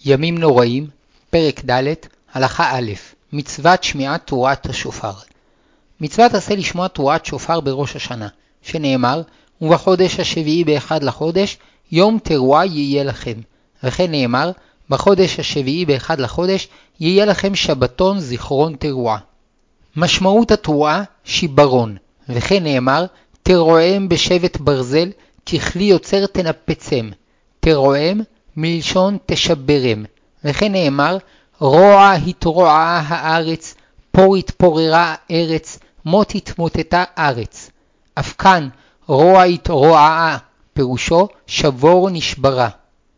ימים נוראים, פרק ד', הלכה א', מצוות שמיעת תרועת השופר. מצוות עשה לשמוע תרועת שופר בראש השנה, שנאמר, ובחודש השביעי באחד לחודש, יום תרועה יהיה לכם. וכן נאמר, בחודש השביעי באחד לחודש, יהיה לכם שבתון זיכרון תרועה. משמעות התרועה, שיברון, וכן נאמר, תרועם בשבט ברזל, ככלי יוצר תנפצם. תרועם מלשון תשברם, וכן נאמר, רוע התרועעה הארץ, פור התפוררה הארץ, מות התמוטטה ארץ. אף כאן רוע התרועעה, פירושו שבור נשברה.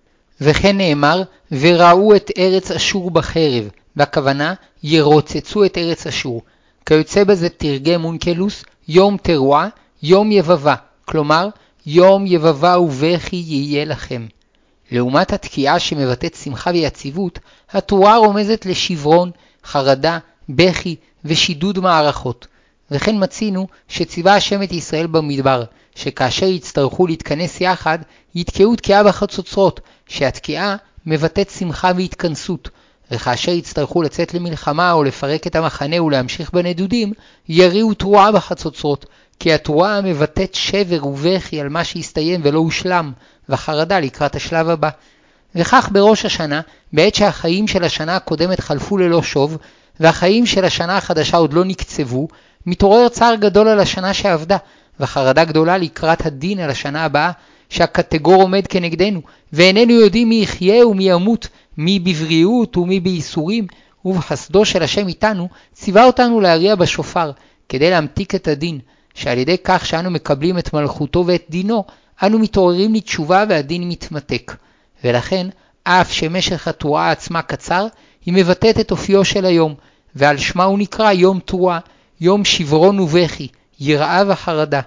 וכן נאמר, וראו את ארץ אשור בחרב, והכוונה ירוצצו את ארץ אשור. כיוצא בזה תרגם אונקלוס, יום תרועה, יום יבבה, כלומר, יום יבבה ובכי יהיה לכם. לעומת התקיעה שמבטאת שמחה ויציבות, התרועה רומזת לשברון, חרדה, בכי ושידוד מערכות. וכן מצינו שציווה השם את ישראל במדבר, שכאשר יצטרכו להתכנס יחד, יתקעו תקיעה בחצוצרות, שהתקיעה מבטאת שמחה והתכנסות, וכאשר יצטרכו לצאת למלחמה או לפרק את המחנה ולהמשיך בנדודים, יריעו תרועה בחצוצרות, כי התרועה מבטאת שבר ובכי על מה שהסתיים ולא הושלם, וחרדה לקראת השלב הבא. וכך בראש השנה, בעת שהחיים של השנה הקודמת חלפו ללא שוב, והחיים של השנה החדשה עוד לא נקצבו, מתעורר צער גדול על השנה שעבדה, וחרדה גדולה לקראת הדין על השנה הבאה, שהקטגור עומד כנגדנו, ואיננו יודעים מי יחיה ומי ימות, מי בבריאות ומי בייסורים, ובחסדו של השם איתנו, ציווה אותנו להריע בשופר, כדי להמתיק את הדין, שעל ידי כך שאנו מקבלים את מלכותו ואת דינו, אנו מתעוררים לתשובה והדין מתמתק. ולכן, אף שמשך התרועה עצמה קצר, היא מבטאת את אופיו של היום, ועל שמה הוא נקרא יום תרועה, יום שברון ובכי, יראה וחרדה.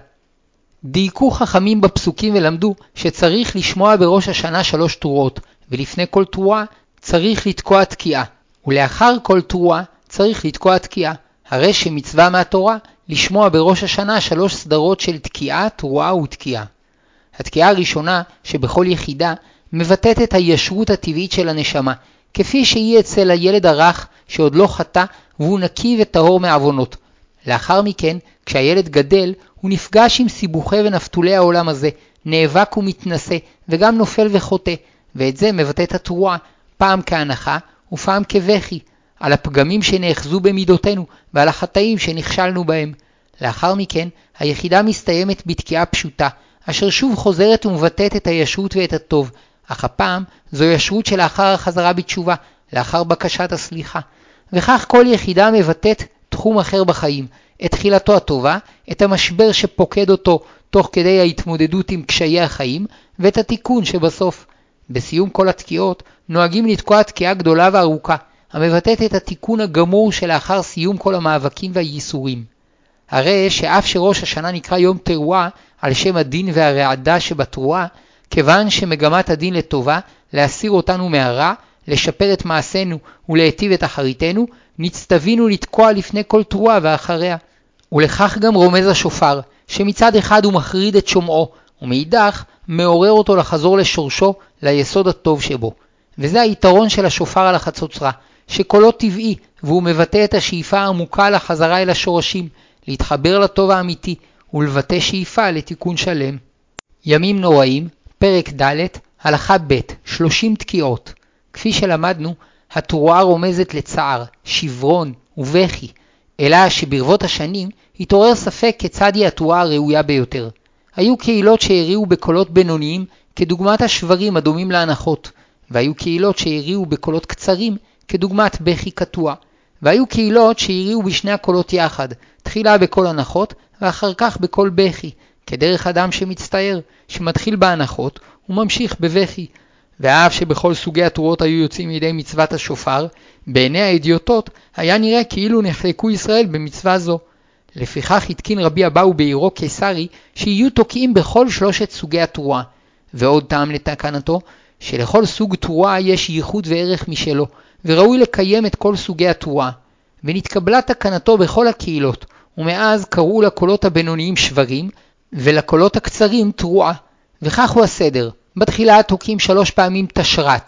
דייקו חכמים בפסוקים ולמדו שצריך לשמוע בראש השנה 3 תרועות, ולפני כל תרועה צריך לתקוע תקיעה, ולאחר כל תרועה צריך לתקוע תקיעה. הרי שמצווה מהתורה לשמוע בראש השנה 3 סדרות של תקיעה, תרועה ותקיעה. התקיעה הראשונה שבכל יחידה מבטאת את הישרות הטבעית של הנשמה, כפי שהיא אצל הילד הרך שעוד לא חטא והוא נקי וטהור מעוונות. לאחר מכן, כשהילד גדל, הוא נפגש עם סיבוכי ונפתולי העולם הזה, נאבק ומתנשא וגם נופל וחוטא, ואת זה מבטאת התרועה, פעם כהנחה ופעם כבכי, על הפגמים שנאחזו במידותינו ועל החטאים שנכשלנו בהם. לאחר מכן, היחידה מסתיימת בתקיעה פשוטה, אשר שוב חוזרת ומבטאת את הישרות ואת הטוב, אך הפעם זו ישרות שלאחר החזרה בתשובה, לאחר בקשת הסליחה. וכך כל יחידה מבטאת תחום אחר בחיים, את תחילתו הטובה, את המשבר שפוקד אותו תוך כדי ההתמודדות עם קשיי החיים, ואת התיקון שבסוף. בסיום כל התקיעות נוהגים לתקוע תקיעה גדולה וארוכה, המבטאת את התיקון הגמור שלאחר סיום כל המאבקים והייסורים. הרי שאף שראש השנה נקרא יום תרועה על שם הדין והרעדה שבתרועה, כיוון שמגמת הדין לטובה, להסיר אותנו מהרע, לשפר את מעשינו ולהיטיב את אחריתנו, נצטווינו לתקוע לפני כל תרועה ואחריה. ולכך גם רומז השופר, שמצד אחד הוא מחריד את שומעו, ומאידך מעורר אותו לחזור לשורשו, ליסוד הטוב שבו. וזה היתרון של השופר על החצוצרה, שקולו טבעי, והוא מבטא את השאיפה העמוקה לחזרה אל השורשים, להתחבר לטוב האמיתי, ולבטא שאיפה לתיקון שלם. ימים נוראים, פרק ד', הלכה ב', 30 תקיעות. כפי שלמדנו, התרועה רומזת לצער, שברון ובכי, אלא שברבות השנים התעורר ספק כיצד היא התרועה הראויה ביותר. היו קהילות שהריעו בקולות בינוניים כדוגמת השברים הדומים להנחות, והיו קהילות שהריעו בקולות קצרים כדוגמת בכי קטוע, והיו קהילות שהריעו בשני הקולות יחד, תחילה בקול הנחות ואחר כך בקול בכי, כדרך אדם שמצטער, שמתחיל בהנחות וממשיך בבכי. ואף שבכל סוגי התרועות היו יוצאים מידי מצוות השופר, בעיני האידיוטות היה נראה כאילו נחלקו ישראל במצווה זו. לפיכך התקין רבי אבאו בעירו קיסרי שיהיו תוקעים בכל 3 סוגי התרועה. ועוד טעם לתקנתו, שלכל סוג תרועה יש ייחוד וערך משלו, וראוי לקיים את כל סוגי התרועה. ונתקבלה תקנתו בכל הקהילות, ומאז קראו לקולות הבינוניים שברים, ולקולות הקצרים תרועה. וכך הוא הסדר. בתחילה תוקים 3 פעמים תשרת,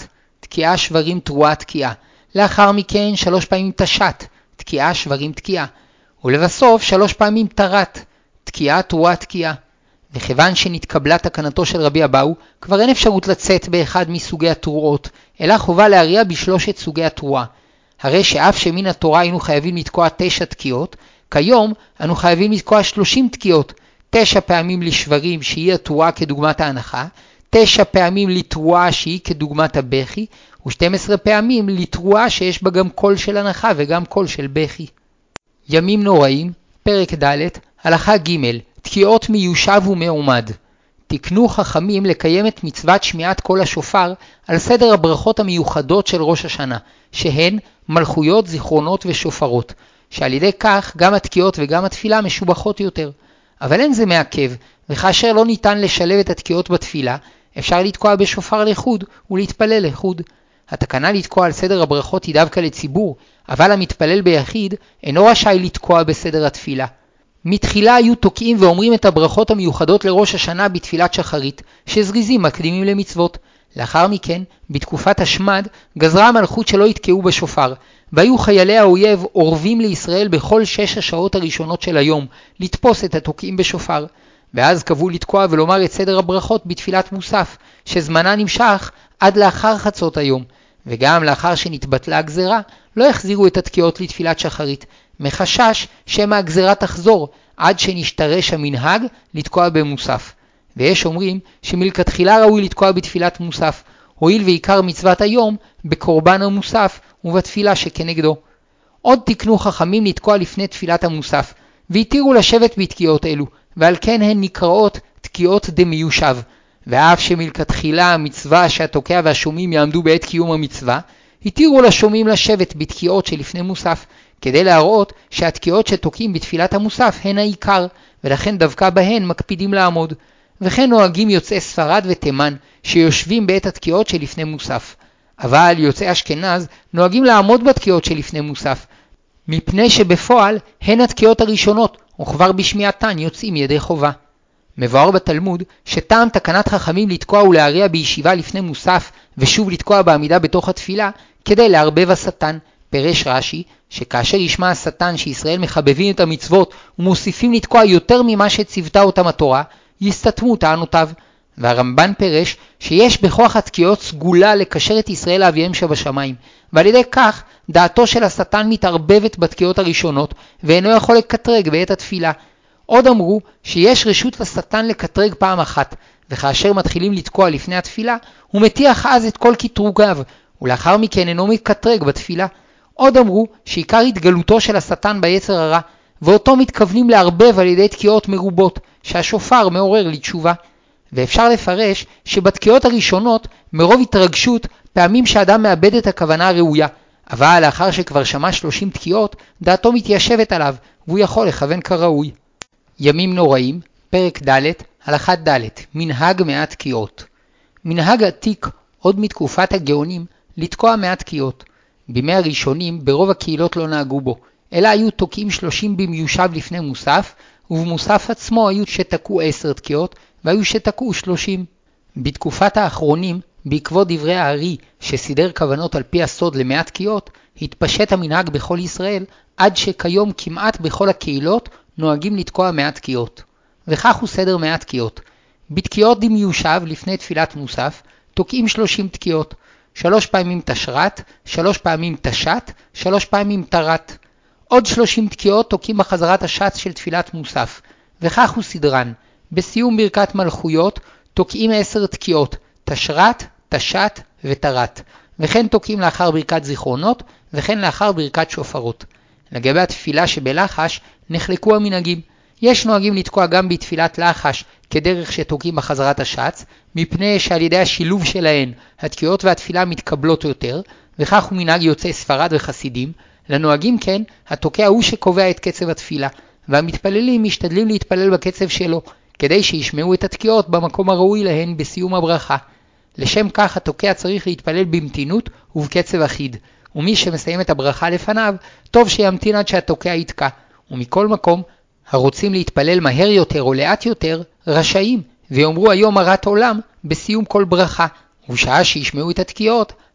תקיעה שברים תרועה תקיעה. לאחר מכן 3 פעמים תשת, תקיעה שברים תקיעה. ולבסוף 3 פעמים תרת, תקיעה תרועה תקיעה. וכיוון שנתקבלה תקנתו של רבי אבאו, כבר אין אפשרות לצאת באחד מסוגי התרועות, אלא חובה להריע בשלושת סוגי התרועה. הרי שאף שמן התורה היינו חייבים לתקוע 9 תקיעות, כיום אנו חייבים לתקוע 30 תקיעות, 9 פעמים לשברים שהיא התרועה כדוגמת ההנחה, 9 פעמים לתרועה שהיא כדוגמת הבכי, ו12 פעמים לתרועה שיש בה גם קול של הנחה וגם קול של בכי. ימים נוראים, פרק ד', הלכה ג', תקיעות מיושב ומעומד. תקנו חכמים לקיים את מצוות שמיעת קול השופר על סדר הברכות המיוחדות של ראש השנה, שהן מלכויות, זיכרונות ושופרות, שעל ידי כך גם התקיעות וגם התפילה משובחות יותר. אבל אין זה מעכב, וכאשר לא ניתן לשלב את התקיעות בתפילה, אפשר לתקוע בשופר לחוד ולהתפלל לחוד. התקנה לתקוע על סדר הברכות היא דווקא לציבור, אבל המתפלל ביחיד אינו רשאי לתקוע בסדר התפילה. מתחילה היו תוקעים ואומרים את הברכות המיוחדות לראש השנה בתפילת שחרית, שזריזים מקדימים למצוות. לאחר מכן, בתקופת השמד, גזרה המלכות שלא יתקעו בשופר, והיו חיילי האויב אורבים לישראל בכל 6 השעות הראשונות של היום, לתפוס את התוקעים בשופר. ואז קבעו לתקוע ולומר את סדר הברכות בתפילת מוסף, שזמנה נמשך עד לאחר חצות היום. וגם לאחר שנתבטלה הגזרה, לא החזירו את התקיעות לתפילת שחרית, מחשש שמא הגזרה תחזור, עד שנשתרש המנהג לתקוע במוסף. ויש אומרים שמלכתחילה ראוי לתקוע בתפילת מוסף, הואיל ועיקר מצוות היום בקורבן המוסף ובתפילה שכנגדו. עוד תקנו חכמים לתקוע לפני תפילת המוסף, והתירו לשבת בתקיעות אלו, ועל כן הן נקראות תקיעות דמיושב. ואף שמלכתחילה המצווה שהתוקע והשומעים יעמדו בעת קיום המצווה, התירו לשומעים לשבת בתקיעות שלפני מוסף, כדי להראות שהתקיעות שתוקעים בתפילת המוסף הן העיקר, ולכן דווקא בהן מקפידים לעמוד. וכן נוהגים יוצאי ספרד ותימן, שיושבים בעת התקיעות שלפני מוסף. אבל יוצאי אשכנז נוהגים לעמוד בתקיעות שלפני מוסף, מפני שבפועל הן התקיעות הראשונות, וכבר בשמיעתן יוצאים ידי חובה. מבואר בתלמוד שטעם תקנת חכמים לתקוע ולהריע בישיבה לפני מוסף, ושוב לתקוע בעמידה בתוך התפילה, כדי לערבב השטן. פירש רש"י, שכאשר ישמע השטן שישראל מחבבים את המצוות ומוסיפים לתקוע יותר ממה שציוותה אותם התורה, יסתתמו טענותיו. והרמב"ן פירש שיש בכוח התקיעות סגולה לקשר את ישראל לאביהם שבשמיים, ועל ידי כך דעתו של השטן מתערבבת בתקיעות הראשונות, ואינו יכול לקטרג בעת התפילה. עוד אמרו שיש רשות לשטן לקטרג פעם אחת, וכאשר מתחילים לתקוע לפני התפילה, הוא מטיח אז את כל קטרוגיו, ולאחר מכן אינו מקטרג בתפילה. עוד אמרו שעיקר התגלותו של השטן ביצר הרע, ואותו מתכוונים לערבב על ידי תקיעות מרובות, שהשופר מעורר לתשובה. ואפשר לפרש שבתקיעות הראשונות, מרוב התרגשות, פעמים שאדם מאבד את הכוונה הראויה, אבל לאחר שכבר שמע 30 תקיעות, דעתו מתיישבת עליו, והוא יכול לכוון כראוי. ימים נוראים, פרק ד', הלכה ד', מנהג מעט תקיעות. מנהג עתיק עוד מתקופת הגאונים לתקוע מעט תקיעות. בימי הראשונים ברוב הקהילות לא נהגו בו, אלא היו תוקעים 30 במיושב לפני מוסף, ובמוסף עצמו היו שתקעו 10 תקיעות, והיו שתקעו 30. בתקופת האחרונים, בעקבות דברי הארי שסידר כוונות על פי הסוד למעט תקיעות, התפשט המנהג בכל ישראל, עד שכיום כמעט בכל הקהילות נוהגים לתקוע מעט תקיעות. וכך הוא סדר מעט תקיעות. בתקיעות דמיושב לפני תפילת מוסף, תוקעים 30 תקיעות, 3 פעמים תשרת, 3 פעמים תשת, 3 פעמים תרת. עוד 30 תקיעות תוקעים בחזרת השץ של תפילת מוסף, וכך הוא סדרן. בסיום ברכת מלכויות תוקעים 10 תקיעות, תשרת, תשת ותרת, וכן תוקעים לאחר ברכת זיכרונות, וכן לאחר ברכת שופרות. לגבי התפילה שבלחש נחלקו המנהגים. יש נוהגים לתקוע גם בתפילת לחש כדרך שתוקעים בחזרת השץ, מפני שעל ידי השילוב שלהן התקיעות והתפילה מתקבלות יותר, וכך הוא מנהג יוצאי ספרד וחסידים. לנוהגים כן, התוקע הוא שקובע את קצב התפילה, והמתפללים משתדלים להתפלל בקצב שלו, כדי שישמעו את התקיעות במקום הראוי להן בסיום הברכה. לשם כך התוקע צריך להתפלל במתינות ובקצב אחיד, ומי שמסיים את הברכה לפניו, טוב שימתין עד שהתוקע יתקע. ומכל מקום, הרוצים להתפלל מהר יותר או לאט יותר, רשאים, ויאמרו היום הרת עולם בסיום כל ברכה, ובשעה שישמעו את התקיעות,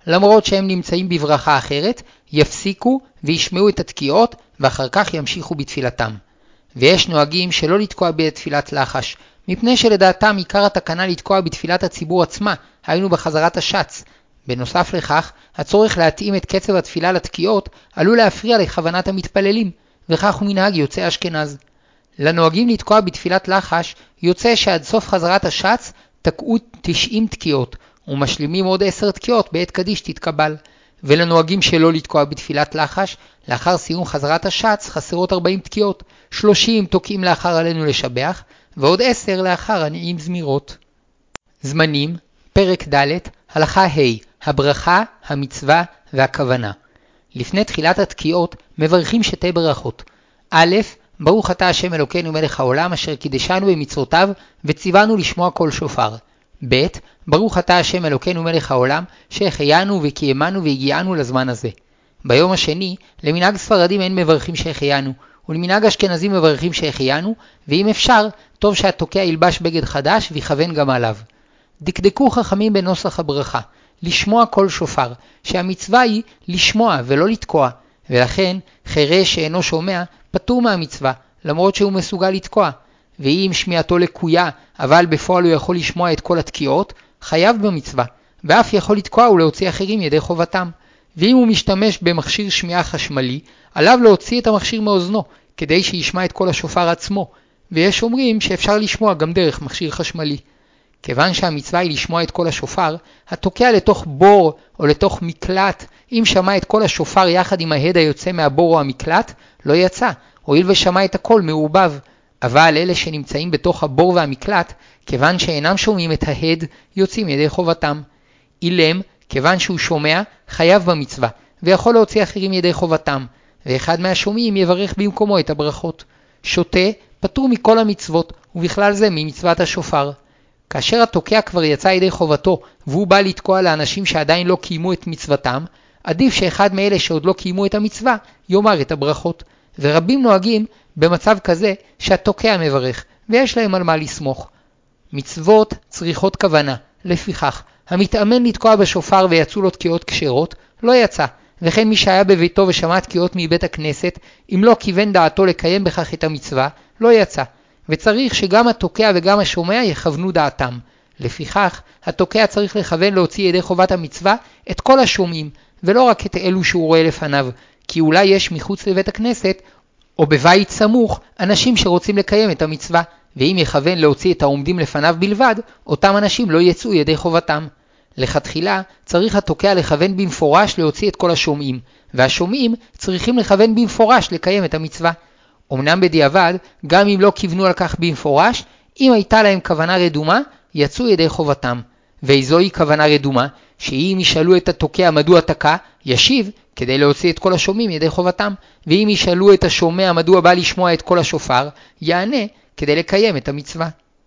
למרות שהם נמצאים בברכה אחרת, יפסיקו וישמעו את התקיעות ואחר כך ימשיכו בתפילתם. ויש נוהגים שלא לתקוע בתפילת לחש, מפני שלדעתם עיקר התקנה לתקוע בתפילת הציבור עצמה, היינו בחזרת השץ. בנוסף לכך, הצורך להתאים את קצב התפילה לתקיעות עלול להפריע לכוונת המתפללים, וכך הוא מנהג יוצא אשכנז. לנוהגים לתקוע בתפילת לחש יוצא שעד סוף חזרת השץ תקעו 90 תקיעות, ומשלימים עוד 10 תקיעות בעת קדיש תתקבל. ולנוהגים שלא לתקוע בתפילת לחש, לאחר סיום חזרת השץ חסרות 40 תקיעות, 30 תוקעים לאחר עלינו לשבח, ועוד 10 לאחר הנעים זמירות. זמנים, פרק ד', הלכה ה', הברכה, המצווה והכוונה. לפני תחילת התקיעות מברכים שתי ברכות. א', ברוך אתה השם אלוקינו מלך העולם אשר קידשנו במצוותיו וציוונו לשמוע קול שופר. ב', ברוך אתה השם אלוקינו מלך העולם שהחיינו וקיימנו והגיענו לזמן הזה. ביום השני, למנהג ספרדים אין מברכים שהחיינו, ולמנהג אשכנזים מברכים שהחיינו, ואם אפשר, טוב שהתוקע ילבש בגד חדש ויכוון גם עליו. דקדקו חכמים בנוסח הברכה, לשמוע קול שופר, שהמצווה היא לשמוע ולא לתקוע, ולכן חירש שאינו שומע פטור מהמצווה, למרות שהוא מסוגל לתקוע. ואם שמיעתו לקויה, אבל בפועל הוא יכול לשמוע את כל התקיעות, חייב במצווה, ואף יכול לתקוע ולהוציא אחרים ידי חובתם. ואם הוא משתמש במכשיר שמיעה חשמלי, עליו להוציא את המכשיר מאוזנו, כדי שישמע את כל השופר עצמו, ויש אומרים שאפשר לשמוע גם דרך מכשיר חשמלי. כיוון שהמצווה היא לשמוע את כל השופר, התוקע לתוך בור או לתוך מקלט, אם שמע את כל השופר יחד עם ההד היוצא מהבור או המקלט, לא יצא, הואיל ושמע את הכל מעורבב. אבל אלה שנמצאים בתוך הבור והמקלט, כיוון שאינם שומעים את ההד, יוצאים ידי חובתם. אילם, כיוון שהוא שומע, חייב במצווה, ויכול להוציא אחרים ידי חובתם, ואחד מהשומעים יברך במקומו את הברכות. שותה, פטור מכל המצוות, ובכלל זה ממצוות השופר. כאשר התוקע כבר יצא ידי חובתו, והוא בא לתקוע לאנשים שעדיין לא קיימו את מצוותם, עדיף שאחד מאלה שעוד לא קיימו את המצווה, יאמר את הברכות. ורבים נוהגים במצב כזה שהתוקע מברך, ויש להם על מה לסמוך. מצוות צריכות כוונה, לפיכך, המתאמן לתקוע בשופר ויצאו לו תקיעות כשרות, לא יצא, וכן מי שהיה בביתו ושמע תקיעות מבית הכנסת, אם לא כיוון דעתו לקיים בכך את המצווה, לא יצא. וצריך שגם התוקע וגם השומע יכוונו דעתם. לפיכך, התוקע צריך לכוון להוציא ידי חובת המצווה את כל השומעים, ולא רק את אלו שהוא רואה לפניו, כי אולי יש מחוץ לבית הכנסת, או בבית סמוך, אנשים שרוצים לקיים את המצווה, ואם יכוון להוציא את העומדים לפניו בלבד, אותם אנשים לא יצאו ידי חובתם. לכתחילה צריך התוקע לכוון במפורש להוציא את כל השומעים, והשומעים צריכים לכוון במפורש לקיים את המצווה. אמנם בדיעבד, גם אם לא כיוונו על כך במפורש, אם הייתה להם כוונה רדומה, יצאו ידי חובתם. ואיזוהי כוונה רדומה, שאם ישאלו את התוקע מדוע תקע, ישיב כדי להוציא את כל השומעים ידי חובתם, ואם ישאלו את השומע מדוע בא לשמוע את כל השופר, יענה כדי לקיים את המצווה.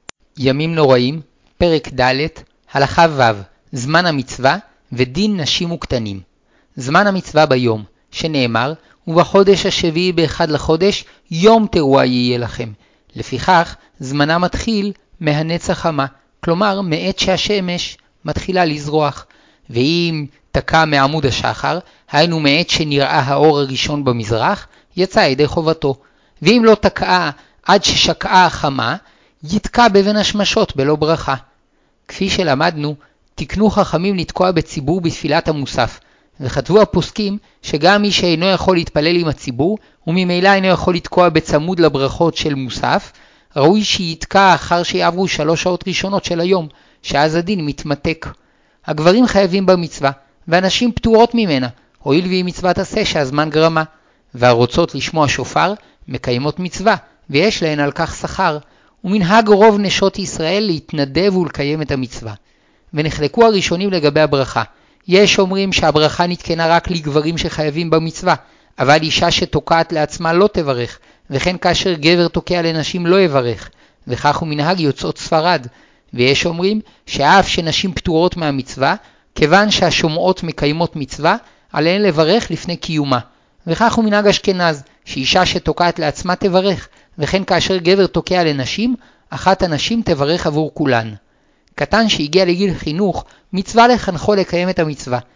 ימים נוראים, פרק ד', הלכה ו', זמן המצווה ודין נשים וקטנים. זמן המצווה ביום, שנאמר, ובחודש השביעי באחד לחודש, יום תרועה יהיה לכם. לפיכך, זמנה מתחיל מהנץ החמה, כלומר מעת שהשמש מתחילה לזרוח. ואם תקע מעמוד השחר, היינו מעת שנראה האור הראשון במזרח, יצא ידי חובתו. ואם לא תקעה עד ששקעה החמה, יתקע בבין השמשות בלא ברכה. כפי שלמדנו, תקנו חכמים לתקוע בציבור בתפילת המוסף, וכתבו הפוסקים שגם מי שאינו יכול להתפלל עם הציבור, וממילא אינו יכול לתקוע בצמוד לברכות של מוסף, ראוי שיתקע אחר שיעברו 3 שעות ראשונות של היום, שאז הדין מתמתק. הגברים חייבים במצווה, ואנשים פטורות ממנה, הואיל והיא מצוות עשה שהזמן גרמה, והרוצות לשמוע שופר מקיימות מצווה, ויש להן על כך שכר, ומנהג רוב נשות ישראל להתנדב ולקיים את המצווה. ונחלקו הראשונים לגבי הברכה. יש אומרים שהברכה נתקנה רק לגברים שחייבים במצווה, אבל אישה שתוקעת לעצמה לא תברך, וכן כאשר גבר תוקע לנשים לא יברך, וכך הוא מנהג יוצאות ספרד. ויש אומרים שאף שנשים פטורות מהמצווה, כיוון שהשומעות מקיימות מצווה, עליהן לברך לפני קיומה. וכך הוא מנהג אשכנז, שאישה שתוקעת לעצמה תברך, וכן כאשר גבר תוקע לנשים, אחת הנשים תברך עבור כולן. קטן שהגיע לגיל חינוך, מצווה לחנכו לקיים את המצווה.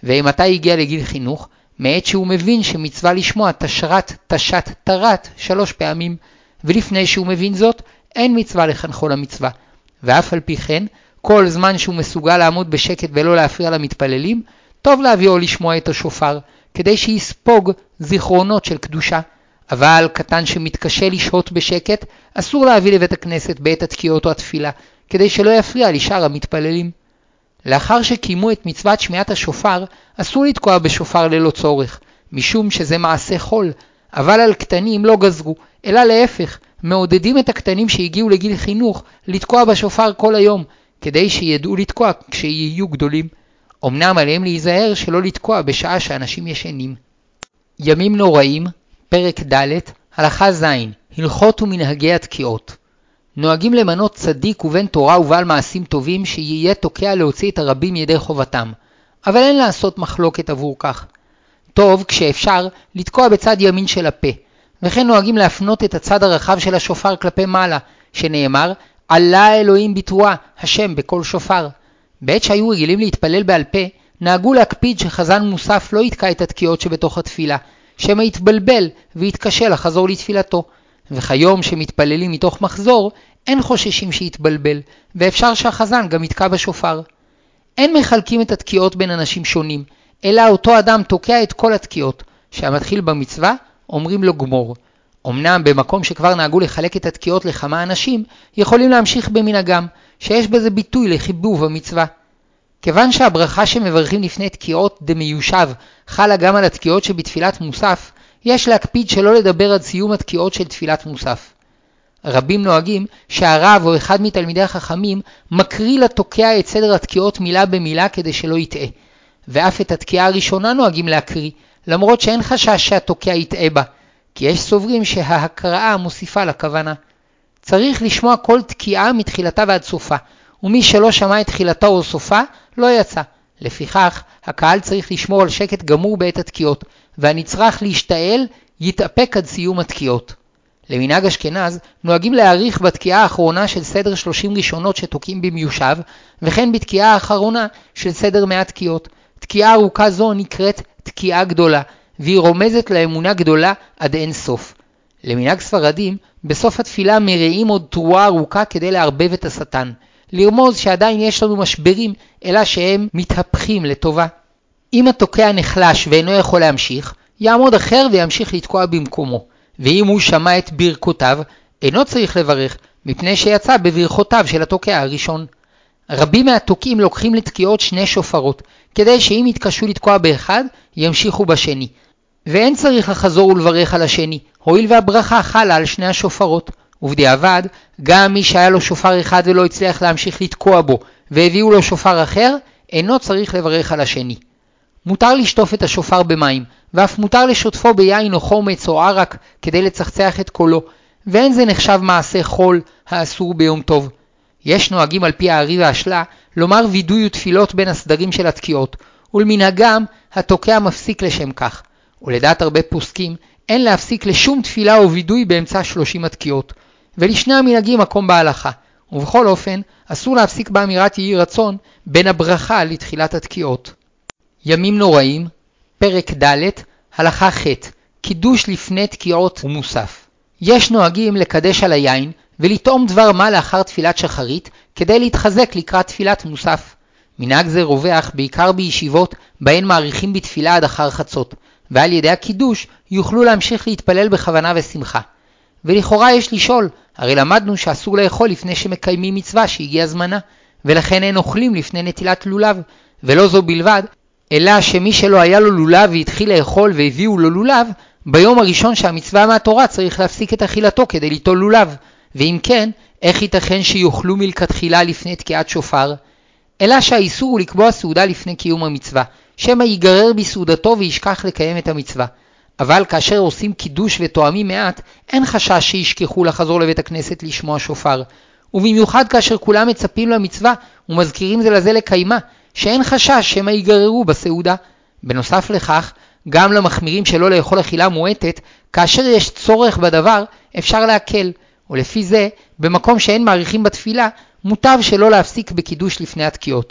ומתי הגיע לגיל חינוך? מעת שהוא מבין שמצווה לשמוע תשרת, תשת, תרת 3 פעמים, ולפני שהוא מבין זאת, אין מצווה לחנכו למצווה. ואף על פי כן, כל זמן שהוא מסוגל לעמוד בשקט ולא להפריע למתפללים, טוב להביאו לשמוע את השופר, כדי שיספוג זיכרונות של קדושה. אבל קטן שמתקשה לשהות בשקט, אסור להביא לבית הכנסת בעת התקיעות או התפילה, כדי שלא יפריע לשאר המתפללים. לאחר שקיימו את מצוות שמיעת השופר, אסור לתקוע בשופר ללא צורך, משום שזה מעשה חול, אבל על קטנים לא גזרו, אלא להפך, מעודדים את הקטנים שהגיעו לגיל חינוך לתקוע בשופר כל היום, כדי שידעו לתקוע כשיהיו גדולים. אמנם עליהם להיזהר שלא לתקוע בשעה שאנשים ישנים. ימים נוראים, פרק ד', הלכה ז', הלכות ומנהגי התקיעות. נוהגים למנות צדיק ובן תורה ובעל מעשים טובים שיהיה תוקע להוציא את הרבים ידי חובתם, אבל אין לעשות מחלוקת עבור כך. טוב כשאפשר לתקוע בצד ימין של הפה, וכן נוהגים להפנות את הצד הרחב של השופר כלפי מעלה, שנאמר, עלה אלוהים בתרועה, השם בכל שופר. בעת שהיו רגילים להתפלל בעל פה, נהגו להקפיד שחזן מוסף לא יתקע את התקיעות שבתוך התפילה, שמא יתבלבל ויתקשה לחזור לתפילתו. וכיום שמתפללים מתוך מחזור, אין חוששים שיתבלבל, ואפשר שהחזן גם יתקע בשופר. אין מחלקים את התקיעות בין אנשים שונים, אלא אותו אדם תוקע את כל התקיעות, שהמתחיל במצווה אומרים לו גמור. אמנם במקום שכבר נהגו לחלק את התקיעות לכמה אנשים, יכולים להמשיך במנהגם, שיש בזה ביטוי לחיבוב המצווה. כיוון שהברכה שמברכים לפני תקיעות דמיושב חלה גם על התקיעות שבתפילת מוסף, יש להקפיד שלא לדבר עד סיום התקיעות של תפילת מוסף. רבים נוהגים שהרב או אחד מתלמידי החכמים מקריא לתוקע את סדר התקיעות מילה במילה כדי שלא יטעה. ואף את התקיעה הראשונה נוהגים להקריא, למרות שאין חשש שהתוקע יטעה בה, כי יש סוברים שההקראה מוסיפה לכוונה. צריך לשמוע כל תקיעה מתחילתה ועד סופה, ומי שלא שמע את תחילתה או סופה לא יצא. לפיכך, הקהל צריך לשמור על שקט גמור בעת התקיעות, והנצרך להשתעל יתאפק עד סיום התקיעות. למנהג אשכנז נוהגים להאריך בתקיעה האחרונה של סדר 30 ראשונות שתוקעים במיושב, וכן בתקיעה האחרונה של סדר 100 תקיעות. תקיעה ארוכה זו נקראת תקיעה גדולה, והיא רומזת לאמונה גדולה עד אין סוף. למנהג ספרדים, בסוף התפילה מראים עוד תרועה ארוכה כדי להרבב את השטן, לרמוז שעדיין יש לנו משברים, אלא שהם מתהפכים לטובה. אם התוקע נחלש ואינו יכול להמשיך, יעמוד אחר וימשיך לתקוע במקומו, ואם הוא שמע את ברכותיו, אינו צריך לברך, מפני שיצא בברכותיו של התוקע הראשון. רבים מהתוקעים לוקחים לתקיעות 2 שופרות, כדי שאם יתקשו לתקוע באחד, ימשיכו בשני. ואין צריך לחזור ולברך על השני, הואיל והברכה חלה על 2 השופרות. ובדיעבד, גם מי שהיה לו שופר אחד ולא הצליח להמשיך לתקוע בו, והביאו לו שופר אחר, אינו צריך לברך על השני. מותר לשטוף את השופר במים, ואף מותר לשוטפו ביין או חומץ או ערק כדי לצחצח את קולו, ואין זה נחשב מעשה חול האסור ביום טוב. יש נוהגים על פי הארי והשלה לומר וידוי ותפילות בין הסדרים של התקיעות, ולמנהגם התוקע מפסיק לשם כך. ולדעת הרבה פוסקים אין להפסיק לשום תפילה או וידוי באמצע 30 התקיעות, ולשני המנהגים מקום בהלכה, ובכל אופן אסור להפסיק באמירת יהי רצון בין הברכה לתחילת התקיעות. ימים נוראים, פרק ד', הלכה ח', קידוש לפני תקיעות ומוסף. יש נוהגים לקדש על היין ולטעום דבר מה לאחר תפילת שחרית כדי להתחזק לקראת תפילת מוסף. מנהג זה רווח בעיקר בישיבות בהן מעריכים בתפילה עד אחר חצות, ועל ידי הקידוש יוכלו להמשיך להתפלל בכוונה ושמחה. ולכאורה יש לשאול, הרי למדנו שאסור לאכול לפני שמקיימים מצווה שהגיע זמנה, ולכן אין אוכלים לפני נטילת לולב, ולא זו בלבד, אלא שמי שלא היה לו לולב והתחיל לאכול והביאו לו לולב, ביום הראשון שהמצווה מהתורה צריך להפסיק את אכילתו כדי ליטול לולב, ואם כן, איך ייתכן שיוכלו מלכתחילה לפני תקיעת שופר? אלא שהאיסור הוא לקבוע סעודה לפני קיום המצווה, שמא ייגרר בסעודתו וישכח לקיים את המצווה. אבל כאשר עושים קידוש ותואמים מעט, אין חשש שישכחו לחזור לבית הכנסת לשמוע שופר. ובמיוחד כאשר כולם מצפים למצווה ומזכירים זה לזה לקיימה, שאין חשש שמא ייגררו בסעודה. בנוסף לכך, גם למחמירים שלא לאכול אכילה מועטת, כאשר יש צורך בדבר, אפשר להקל. ולפי זה, במקום שאין מעריכים בתפילה, מוטב שלא להפסיק בקידוש לפני התקיעות.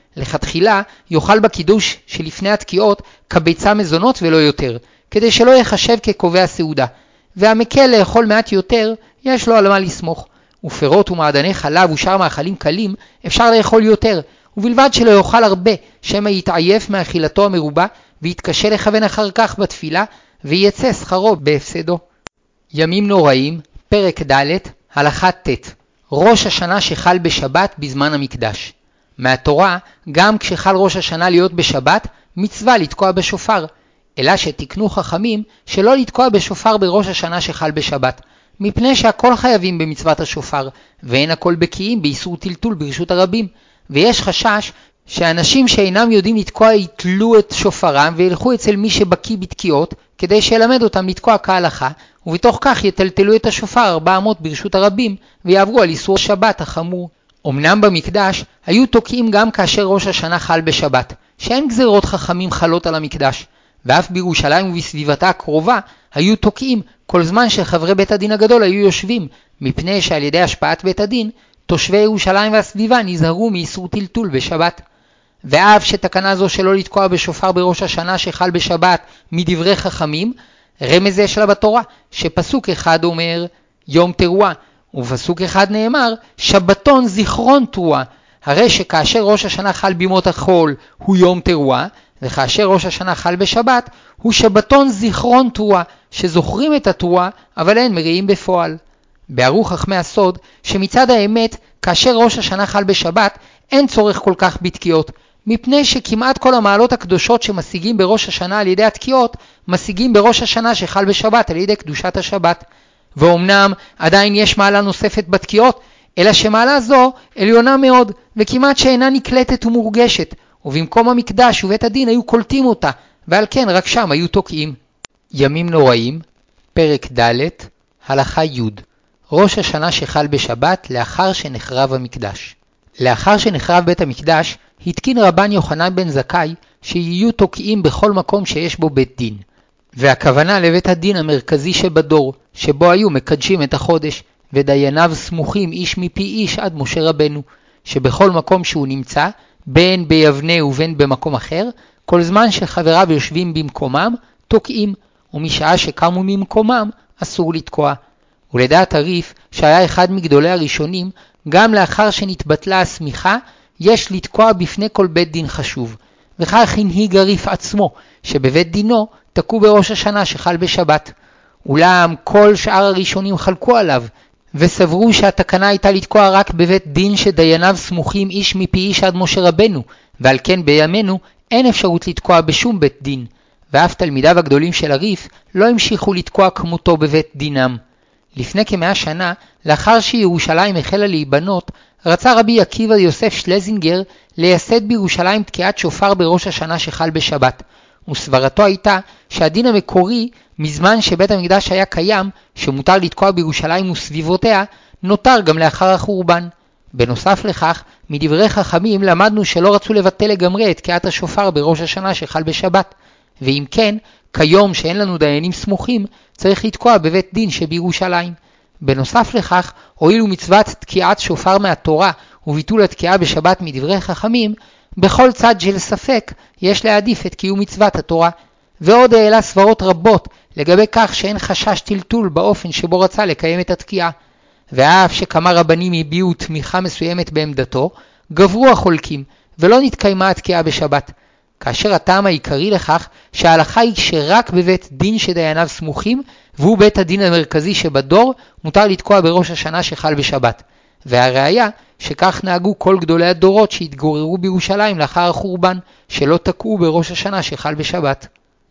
לכתחילה יאכל בקידוש שלפני התקיעות כביצה מזונות ולא יותר, כדי שלא יחשב כקובע סעודה, והמקל לאכול מעט יותר יש לו על מה לסמוך. ופירות ומעדני חלב ושאר מאכלים קלים אפשר לאכול יותר, ובלבד שלא יאכל הרבה, שמא יתעייף מאכילתו המרובה ויתקשה לכוון אחר כך בתפילה ויצא שכרו בהפסדו. ימים נוראים, פרק ד', הלכה ט'. ראש השנה שחל בשבת בזמן המקדש. מהתורה, גם כשחל ראש השנה להיות בשבת, מצווה לתקוע בשופר, אלא שתקנו חכמים שלא לתקוע בשופר בראש השנה שחל בשבת, מפני שהכל חייבים במצוות השופר, ואין הכל בקיאים באיסור טלטול ברשות הרבים, ויש חשש שאנשים שאינם יודעים לתקוע יתלו את שופרם וילכו אצל מי שבקיא בתקיעות, כדי שילמד אותם לתקוע כהלכה, ובתוך כך יטלטלו את השופר 400 ברשות הרבים, ויעברו על איסור שבת החמור. אמנם במקדש היו תוקעים גם כאשר ראש השנה חל בשבת, שאין גזירות חכמים חלות על המקדש, ואף בירושלים ובסביבתה הקרובה היו תוקעים כל זמן שחברי בית הדין הגדול היו יושבים, מפני שעל ידי השפעת בית הדין, תושבי ירושלים והסביבה נזהרו מאיסור טלטול בשבת. ואף שתקנה זו שלא לתקוע בשופר בראש השנה שחל בשבת מדברי חכמים, רמז יש לה בתורה, שפסוק אחד אומר יום תרועה, ובפסוק אחד נאמר שבתון זיכרון תרועה, הרי שכאשר ראש השנה חל בימות החול הוא יום תרועה, וכאשר ראש השנה חל בשבת הוא שבתון זיכרון תרועה, שזוכרים את התרועה אבל אין מריעים בפועל. בערו חכמי הסוד שמצד האמת כאשר ראש השנה חל בשבת אין צורך כל כך בתקיעות, מפני שכמעט כל המעלות הקדושות שמשיגים בראש השנה על ידי התקיעות, משיגים בראש השנה שחל בשבת על ידי קדושת השבת. ואומנם עדיין יש מעלה נוספת בתקיעות, אלא שמעלה זו עליונה מאוד, וכמעט שאינה נקלטת ומורגשת, ובמקום המקדש ובית הדין היו קולטים אותה, ועל כן רק שם היו תוקעים. ימים נוראים, פרק ד', הלכה י'. ראש השנה שחל בשבת לאחר שנחרב המקדש. לאחר שנחרב בית המקדש, התקין רבן יוחנן בן זכאי שיהיו תוקעים בכל מקום שיש בו בית דין. והכוונה לבית הדין המרכזי שבדור, שבו היו מקדשים את החודש, ודייניו סמוכים איש מפי איש עד משה רבנו, שבכל מקום שהוא נמצא, בין ביבנה ובין במקום אחר, כל זמן שחבריו יושבים במקומם, תוקעים, ומשעה שקמו ממקומם, אסור לתקוע. ולדעת הריף, שהיה אחד מגדולי הראשונים, גם לאחר שנתבטלה הסמיכה, יש לתקוע בפני כל בית דין חשוב. וכך הנהיג הריף עצמו, שבבית דינו תקעו בראש השנה שחל בשבת. אולם כל שאר הראשונים חלקו עליו, וסברו שהתקנה הייתה לתקוע רק בבית דין שדייניו סמוכים איש מפי איש עד משה רבנו, ועל כן בימינו אין אפשרות לתקוע בשום בית דין, ואף תלמידיו הגדולים של הריף לא המשיכו לתקוע כמותו בבית דינם. לפני כ100 שנה, לאחר שירושלים החלה להיבנות, רצה רבי עקיבא יוסף שלזינגר לייסד בירושלים תקיעת שופר בראש השנה שחל בשבת, וסברתו הייתה שהדין המקורי, מזמן שבית המקדש היה קיים, שמותר לתקוע בירושלים וסביבותיה, נותר גם לאחר החורבן. בנוסף לכך, מדברי חכמים למדנו שלא רצו לבטל לגמרי את תקיעת השופר בראש השנה שחל בשבת, ואם כן, כיום שאין לנו דיינים סמוכים, צריך לתקוע בבית דין שבירושלים. בנוסף לכך, הואילו מצוות תקיעת שופר מהתורה וביטול התקיעה בשבת מדברי חכמים, בכל צד של ספק יש להעדיף את קיום מצוות התורה. ועוד העלה סברות רבות לגבי כך שאין חשש טלטול באופן שבו רצה לקיים את התקיעה. ואף שכמה רבנים הביעו תמיכה מסוימת בעמדתו, גברו החולקים ולא נתקיימה התקיעה בשבת. כאשר הטעם העיקרי לכך שההלכה היא שרק בבית דין שדייניו סמוכים, והוא בית הדין המרכזי שבדור, מותר לתקוע בראש השנה שחל בשבת. והראיה שכך נהגו כל גדולי הדורות שהתגוררו בירושלים לאחר החורבן, שלא תקעו בראש השנה שחל בשבת.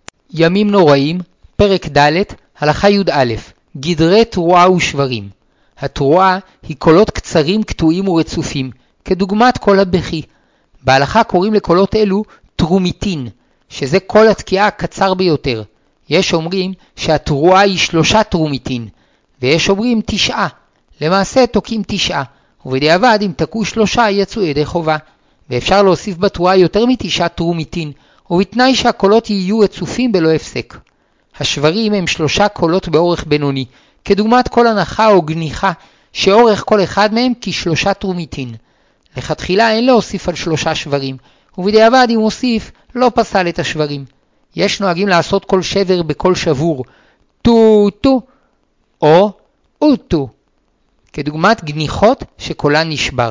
ימים נוראים, פרק ד', הלכה י"א, גדרי תרועה ושברים. התרועה היא קולות קצרים, קטועים ורצופים, כדוגמת קול הבכי. בהלכה קוראים לקולות אלו תרומיתין, שזה קול התקיעה הקצר ביותר. יש אומרים שהתרועה היא 3 תרומיתין, ויש אומרים 9. למעשה תוקעים 9, ובדיעבד אם תקעו 3 יצאו ידי חובה. ואפשר להוסיף בתרועה יותר מ9 תרומיתין, ובתנאי שהקולות יהיו רצופים בלא הפסק. השברים הם 3 קולות באורך בינוני, כדוגמת קול הנחה או גניחה, שאורך כל אחד מהם כ3 תרומיתין. לכתחילה אין להוסיף על 3 שברים, ובדיעבד אם הוסיף לא פסל את השברים. יש נוהגים לעשות כל שבר בכל שבור, טו טו או אוטו, כדוגמת גניחות שקולן נשבר.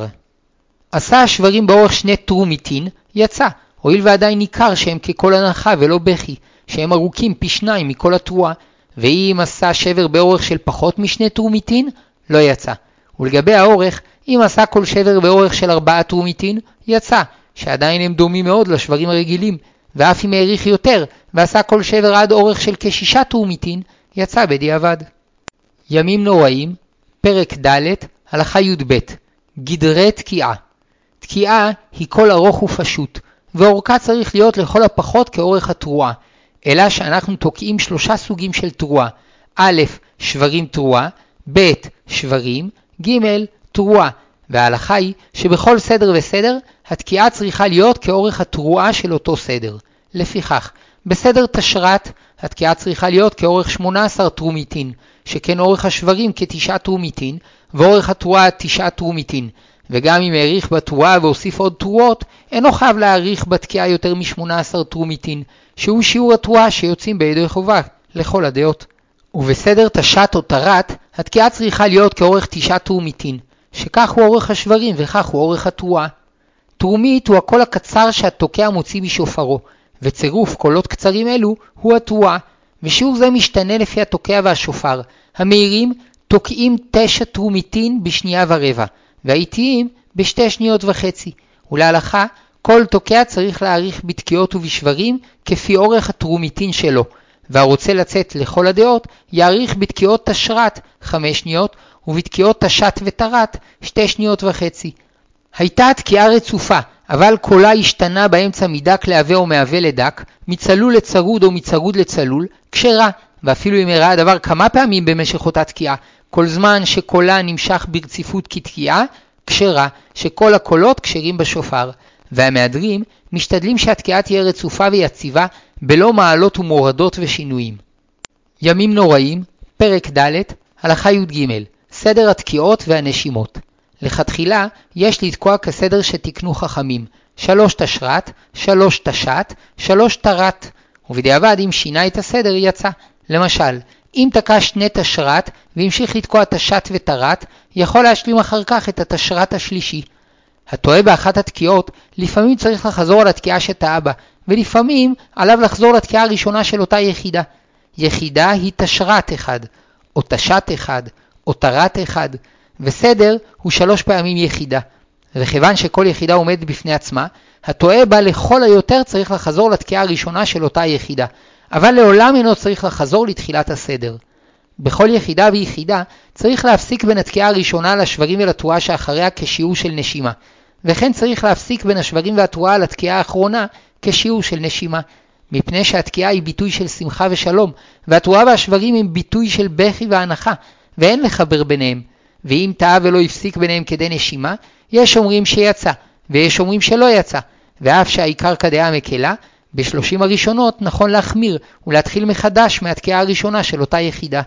עשה השברים באורך 2 טרומיטין, יצא, הואיל ועדיין ניכר שהם ככל הנחה ולא בכי, שהם ארוכים פי 2 מכל התרועה, ואם עשה שבר באורך של פחות מ2 טרומיטין, לא יצא. ולגבי האורך, אם עשה כל שבר באורך של 4 טרומיטין, יצא, שעדיין הם דומים מאוד לשברים הרגילים, ואף אם העריך יותר, ועשה כל שבר עד אורך של כ6 טרומיטין, יצא בדיעבד. ימים נוראים, פרק ד' הלכה י"ב, גדרי תקיעה. תקיעה היא כל ארוך ופשוט, ואורכה צריך להיות לכל הפחות כאורך התרועה, אלא שאנחנו תוקעים 3 סוגים של תרועה, א', שברים תרועה, ב', שברים, ג', תרועה, וההלכה היא שבכל סדר וסדר התקיעה צריכה להיות כאורך התרועה של אותו סדר. לפיכך, בסדר תשרת התקיעה צריכה להיות כאורך 18 טרומיטין, שכן אורך השברים כ9 טרומיטין, ואורך התרועה 9 טרומיטין, וגם אם העריך בתרועה והוסיף עוד תרועות, אינו חייב להעריך בתקיעה יותר מ18 טרומיטין, שהוא שיעור התרועה שיוצאים בידי חובה לכל הדעות. ובסדר תשת או תרת, התקיעה צריכה להיות כאורך 9 טרומיטין, שכך הוא אורך השברים וכך הוא אורך התרועה. טרומית הוא הקול הקצר שהתוקע מוציא משופרו, וצירוף קולות קצרים אלו הוא התרועה, ושיעור זה משתנה לפי התוקע והשופר. המהירים תוקעים 9 טרומיטין בשנייה ורבע, והאיטיים ב2 שניות וחצי. ולהלכה, כל תוקע צריך להעריך בתקיעות ובשברים כפי אורך הטרומיטין שלו, והרוצה לצאת לכל הדעות יעריך בתקיעות תשרת 5 שניות, ובתקיעות תשת ותרת 2 שניות וחצי. הייתה התקיעה רצופה, אבל קולה השתנה באמצע מדק להווה או מהווה לדק, מצלול לצרוד או מצרוד לצלול, כשרה, ואפילו אם הראה הדבר כמה פעמים במשך אותה תקיעה, כל זמן שקולה נמשך ברציפות כתקיעה, כשרה, שכל הקולות כשרים בשופר. והמהדרים משתדלים שהתקיעה תהיה רצופה ויציבה, בלא מעלות ומורדות ושינויים. ימים נוראים, פרק ד' הלכה י"ג, סדר התקיעות והנשימות. לכתחילה יש לתקוע כסדר שתקנו חכמים, 3 תשרת, 3 תשת, 3 תרת, ובדיעבד אם שינה את הסדר יצא. למשל, אם תקע 2 תשרת והמשיך לתקוע תשת ותרת, יכול להשלים אחר כך את התשרת השלישי. הטועה באחת התקיעות, לפעמים צריך לחזור על התקיעה שטעה בה, ולפעמים עליו לחזור לתקיעה הראשונה של אותה יחידה. יחידה היא תשרת 1, או תשת 1, או תרת 1, וסדר הוא 3 פעמים יחידה. וכיוון שכל יחידה עומדת בפני עצמה, הטועה בה לכל היותר צריך לחזור לתקיעה הראשונה של אותה יחידה, אבל לעולם אינו צריך לחזור לתחילת הסדר. בכל יחידה ויחידה צריך להפסיק בין התקיעה הראשונה לשברים ולתרועה שאחריה כשיעור של נשימה, וכן צריך להפסיק בין השברים והתרועה לתקיעה האחרונה כשיעור של נשימה, מפני שהתקיעה היא ביטוי של שמחה ושלום, והתרועה והשברים הם ביטוי של בכי והנחה, ואין לחבר ביניהם. ואם טעה ולא הפסיק ביניהם כדי נשימה, יש אומרים שיצא, ויש אומרים שלא יצא, ואף שהעיקר כדעה מקלה, ב30 הראשונות נכון להחמיר ולהתחיל מחדש מהתקיעה הראשונה של אותה יחידה.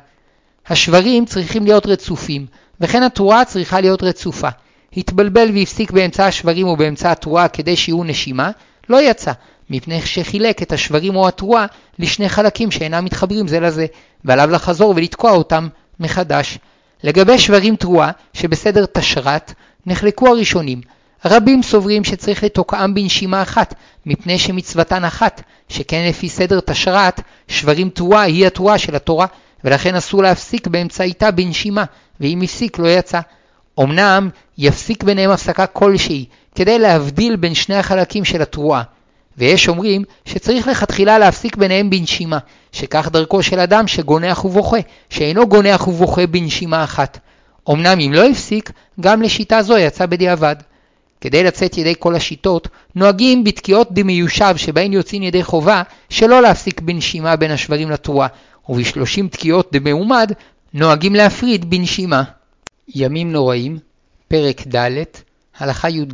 השברים צריכים להיות רצופים, וכן התרועה צריכה להיות רצופה. התבלבל והפסיק באמצע השברים או באמצע התרועה כדי שיהיו נשימה, לא יצא, מפני שחילק את השברים או התרועה לשני חלקים שאינם מתחברים זה לזה, ועליו לחזור ולתקוע אותם מחדש. לגבי שברים תרועה שבסדר תשרת, נחלקו הראשונים. רבים סוברים שצריך לתוקעם בנשימה אחת, מפני שמצוותן אחת, שכן לפי סדר תשרת, שברים תרועה היא התרועה של התורה, ולכן אסור להפסיק באמצעיתה בנשימה, ואם הפסיק לא יצא. אמנם יפסיק ביניהם הפסקה כלשהי, כדי להבדיל בין שני החלקים של התרועה. ויש אומרים שצריך לכתחילה להפסיק ביניהם בנשימה, שכך דרכו של אדם שגונח ובוכה, שאינו גונח ובוכה בנשימה אחת. אמנם אם לא הפסיק, גם לשיטה זו יצא בדיעבד. כדי לצאת ידי כל השיטות, נוהגים בתקיעות דמיושב שבהן יוצאים ידי חובה, שלא להפסיק בנשימה בין השברים לתרועה, וב30 תקיעות דמעומד, נוהגים להפריד בנשימה. ימים נוראים, פרק ד' הלכה י"ד,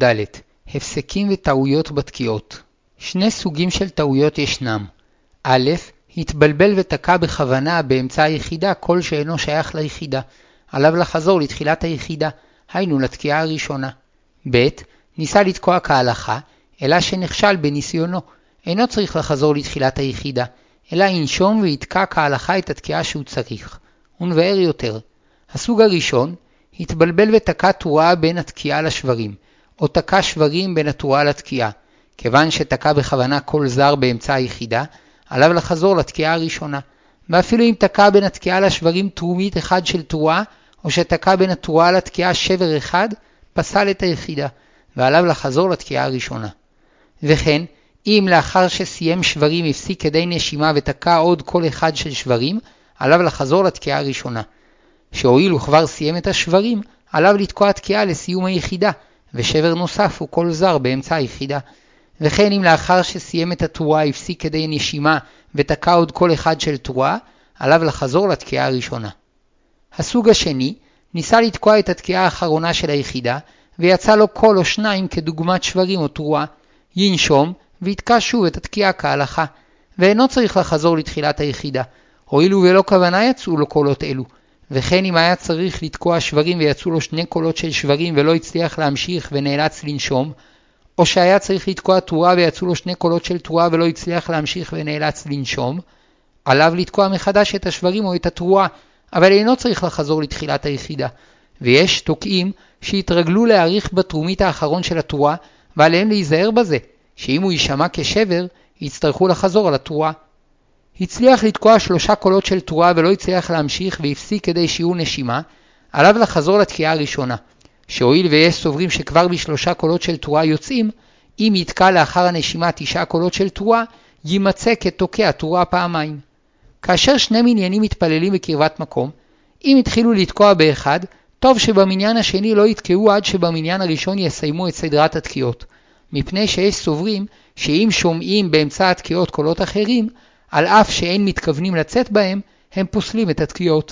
הפסקים וטעויות בתקיעות. 2 סוגים של טעויות ישנם. א', התבלבל ותקע בכוונה באמצע היחידה כל שאינו שייך ליחידה, עליו לחזור לתחילת היחידה, היינו לתקיעה הראשונה. ב', ניסה לתקוע כהלכה, אלא שנכשל בניסיונו. אינו צריך לחזור לתחילת היחידה, אלא ינשום ויתקע כהלכה את התקיעה שהוא צריך. ונבאר יותר. הסוג הראשון, התבלבל ותקע תרועה בין התקיעה לשברים, או תקע שברים בין התרועה לתקיעה. כיוון שתקע בכוונה כל זר באמצע היחידה, עליו לחזור לתקיעה הראשונה. ואפילו אם תקע בין התקיעה לשברים תרומית אחד של תרועה, או שתקע בין התרועה לתקיעה שבר אחד, פסל את היחידה, ועליו לחזור לתקיעה הראשונה. וכן, אם לאחר שסיים שברים הפסיק כדי נשימה ותקע עוד כל אחד של שברים, עליו לחזור לתקיעה הראשונה. שהואיל הוא כבר סיים את השברים, עליו לתקוע תקיעה לסיום היחידה, ושבר נוסף הוא כל זר באמצע היחידה. וכן אם לאחר שסיים את התרועה הפסיק כדי נשימה ותקע עוד כל אחד של תרועה, עליו לחזור לתקיעה הראשונה. הסוג השני, ניסה לתקוע את התקיעה האחרונה של היחידה, ויצא לו כל או שניים כדוגמת שברים או תרועה, ינשום ויתקע שוב את התקיעה כהלכה, ואינו צריך לחזור לתחילת היחידה, הואילו ולא כוונה יצאו לו קולות אלו. וכן אם היה צריך לתקוע שברים ויצאו לו שני קולות של שברים ולא הצליח להמשיך ונאלץ לנשום, או שהיה צריך לתקוע תרועה ויצאו לו שני קולות של תרועה ולא הצליח להמשיך ונאלץ לנשום, עליו לתקוע מחדש את השברים או את התרועה, אבל אינו צריך לחזור לתחילת היחידה. ויש תוקעים שהתרגלו להאריך בתרומית האחרון של התרועה, ועליהם להיזהר בזה, שאם הוא יישמע כשבר, יצטרכו לחזור על התרועה. הצליח לתקוע 3 קולות של תרועה ולא הצליח להמשיך והפסיק כדי שיעור נשימה, עליו לחזור לתקיעה הראשונה. שהואיל ויש סוברים שכבר ב3 קולות של תרועה יוצאים, אם יתקע לאחר הנשימה 9 קולות של תרועה, יימצא כתוקע תרועה פעמיים. כאשר שני מניינים מתפללים בקרבת מקום, אם התחילו לתקוע באחד, טוב שבמניין השני לא יתקעו עד שבמניין הראשון יסיימו את סדרת התקיעות, מפני שיש סוברים שאם שומעים באמצע התקיעות קולות אחרים, על אף שאין מתכוונים לצאת בהם, הם פוסלים את התקיעות.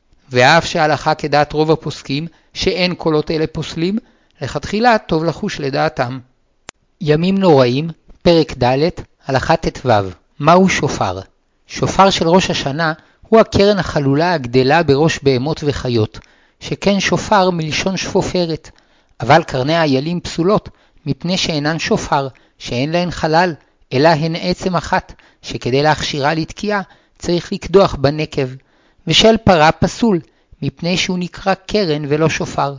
ואף שההלכה כדעת רוב הפוסקים, שאין קולות אלה פוסלים, לכתחילה טוב לחוש לדעתם. ימים נוראים, פרק ד', הלכה ט"ו. מהו שופר? שופר של ראש השנה הוא הקרן החלולה הגדלה בראש בהמות וחיות, שכן שופר מלשון שפופרת, אבל קרני האיילים פסולות, מפני שאינן שופר, שאין להן חלל, אלא הן עצם אחת, שכדי להכשירה לתקיעה צריך לקדוח בנקב. ושל פרה פסול, מפני שהוא נקרא קרן ולא שופר.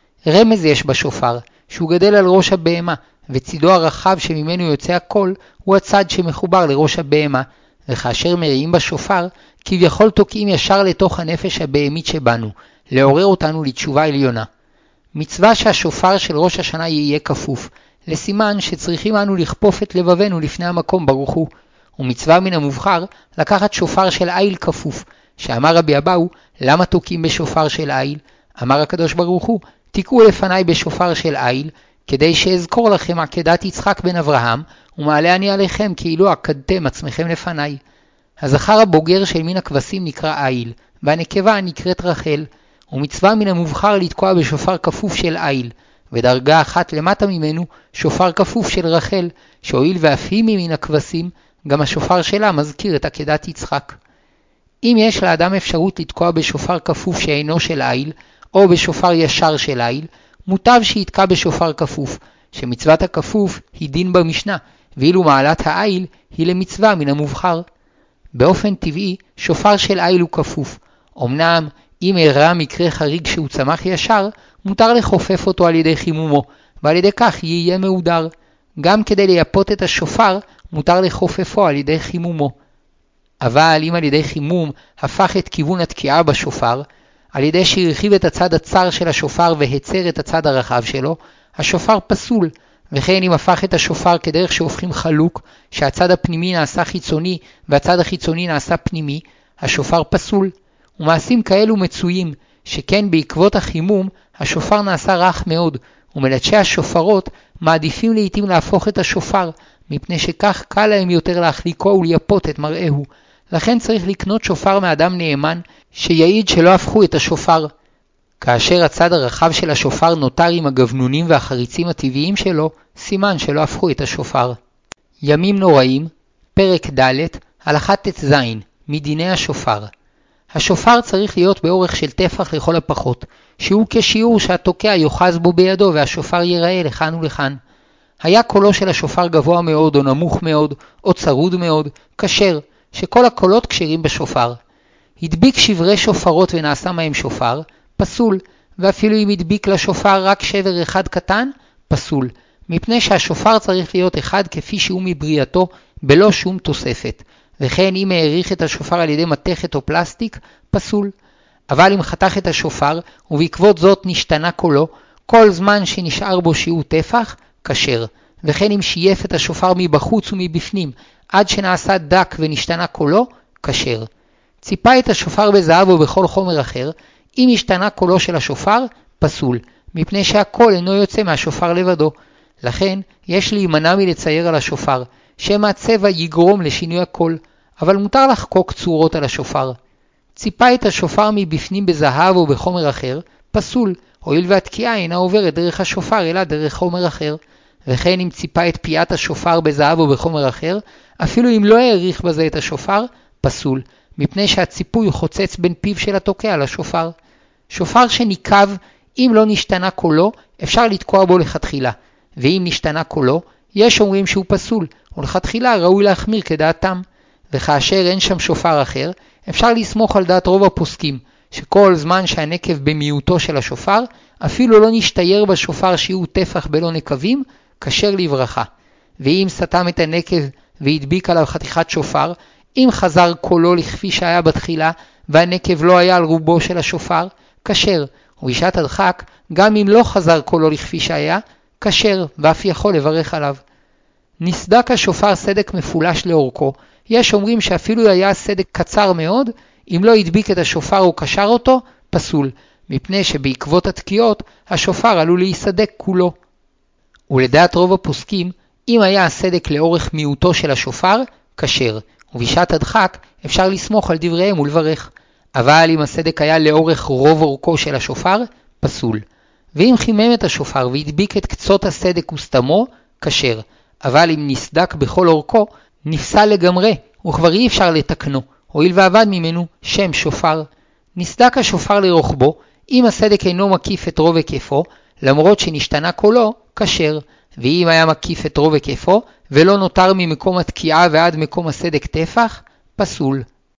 רמז יש בשופר, שהוא גדל על ראש הבהמה, וצידו הרחב שממנו יוצא הקול, הוא הצד שמחובר לראש הבהמה, וכאשר מריעים בשופר, כביכול תוקעים ישר לתוך הנפש הבהמית שבנו, לעורר אותנו לתשובה עליונה. מצווה שהשופר של ראש השנה יהיה כפוף, לסימן שצריכים אנו לכפוף את לבבנו לפני המקום ברוך הוא. ומצווה מן המובחר לקחת שופר של איל כפוף, שאמר רבי אבאו, למה תוקעים בשופר של איל? אמר הקדוש ברוך הוא, תקעו לפניי בשופר של איל, כדי שאזכור לכם עקדת יצחק בן אברהם, ומעלה אני עליכם כאילו עקדתם עצמכם לפניי. הזכר הבוגר של מין הכבשים נקרא איל, והנקבה נקראת רחל, ומצווה מן המובחר לתקוע בשופר כפוף של איל, ודרגה אחת למטה ממנו שופר כפוף של רחל, שהואיל ואף היא ממין הכבשים, גם השופר שלה מזכיר את עקדת יצחק. אם יש לאדם אפשרות לתקוע בשופר כפוף שאינו של איל, או בשופר ישר של איל, מוטב שיתקע בשופר כפוף, שמצוות הכפוף היא דין במשנה, ואילו מעלת האיל היא למצווה מן המובחר. באופן טבעי, שופר של איל הוא כפוף. אמנם, אם אירע מקרה חריג שהוא צמח ישר, מותר לחופף אותו על ידי חימומו, ועל ידי כך יהיה מהודר. גם כדי לייפות את השופר, מותר לחופפו על ידי חימומו. אבל אם על ידי חימום הפך את כיוון התקיעה בשופר, על ידי שהרחיב את הצד הצר של השופר והצר את הצד הרחב שלו, השופר פסול, וכן אם הפך את השופר כדרך שהופכים חלוק, שהצד הפנימי נעשה חיצוני והצד החיצוני נעשה פנימי, השופר פסול. ומעשים כאלו מצויים, שכן בעקבות החימום השופר נעשה רך מאוד, ומלטשי השופרות מעדיפים לעתים להפוך את השופר, מפני שכך קל להם יותר להחליקו ולייפות את מראהו. לכן צריך לקנות שופר מאדם נאמן, שיעיד שלא הפכו את השופר. כאשר הצד הרחב של השופר נותר עם הגבנונים והחריצים הטבעיים שלו, סימן שלא הפכו את השופר. ימים נוראים, פרק ד', הלכה ט"ז, מדיני השופר. השופר צריך להיות באורך של טפח לכל הפחות, שהוא כשיעור שהתוקע יוחז בו בידו והשופר ייראה לכאן ולכאן. היה קולו של השופר גבוה מאוד או נמוך מאוד או צרוד מאוד, כשר, שכל הקולות כשרים בשופר. הדביק שברי שופרות ונעשה מהם שופר, פסול, ואפילו אם הדביק לשופר רק שבר אחד קטן, פסול, מפני שהשופר צריך להיות אחד כפי שהוא מבריאתו, בלא שום תוספת. וכן אם העריך את השופר על ידי מתכת או פלסטיק, פסול. אבל אם חתך את השופר, ובעקבות זאת נשתנה קולו, כל זמן שנשאר בו שיעור טפח, כשר. וכן אם שייף את השופר מבחוץ ומבפנים, עד שנעשה דק ונשתנה קולו, כשר. ציפה את השופר בזהב או בכל חומר אחר, אם השתנה קולו של השופר, פסול, מפני שהקול אינו יוצא מהשופר לבדו. לכן יש להימנע מלצייר על השופר, שמא הצבע יגרום לשינוי הקול, אבל מותר לחקוק צורות על השופר. ציפה את השופר מבפנים בזהב או בחומר אחר, פסול, הואיל והתקיעה אינה עוברת דרך השופר אלא דרך חומר אחר. וכן אם ציפה את פיית השופר בזהב או בחומר אחר, אפילו אם לא העריך בזה את השופר, פסול, מפני שהציפוי חוצץ בין פיו של התוקע לשופר. שופר שניקב, אם לא נשתנה קולו, אפשר לתקוע בו לכתחילה, ואם נשתנה קולו, יש אומרים שהוא פסול, ולכתחילה ראוי להחמיר כדעתם. וכאשר אין שם שופר אחר, אפשר לסמוך על דעת רוב הפוסקים, שכל זמן שהנקב במיעוטו של השופר, אפילו לא נשתייר בשופר שיהיו טפח בלא נקבים, כשר לברכה. ואם סתם את הנקב והדביק עליו חתיכת שופר, אם חזר קולו לכפי שהיה בתחילה, והנקב לא היה על רובו של השופר, כשר. ובשעת הדחק, גם אם לא חזר קולו לכפי שהיה, כשר, ואף יכול לברך עליו. נסדק השופר סדק מפולש לאורכו, יש אומרים שאפילו היה סדק קצר מאוד, אם לא הדביק את השופר או קשר אותו, פסול, מפני שבעקבות התקיעות, השופר עלול להיסדק כולו. ולדעת רוב הפוסקים, אם היה הסדק לאורך מיעוטו של השופר, כשר, ובשעת הדחק אפשר לסמוך על דבריהם ולברך. אבל אם הסדק היה לאורך רוב אורכו של השופר, פסול. ואם חימם את השופר והדביק את קצות הסדק וסתמו, כשר. אבל אם נסדק בכל אורכו, נפסל לגמרי, וכבר אי אפשר לתקנו, הואיל ועבד ממנו שם שופר. נסדק השופר לרוחבו, אם הסדק אינו מקיף את רוב היקפו, למרות שנשתנה קולו, כשר. ואם היה מקיף את רוב היקפו, ולא נותר ממקום התקיעה ועד מקום הסדק טפח, פסול.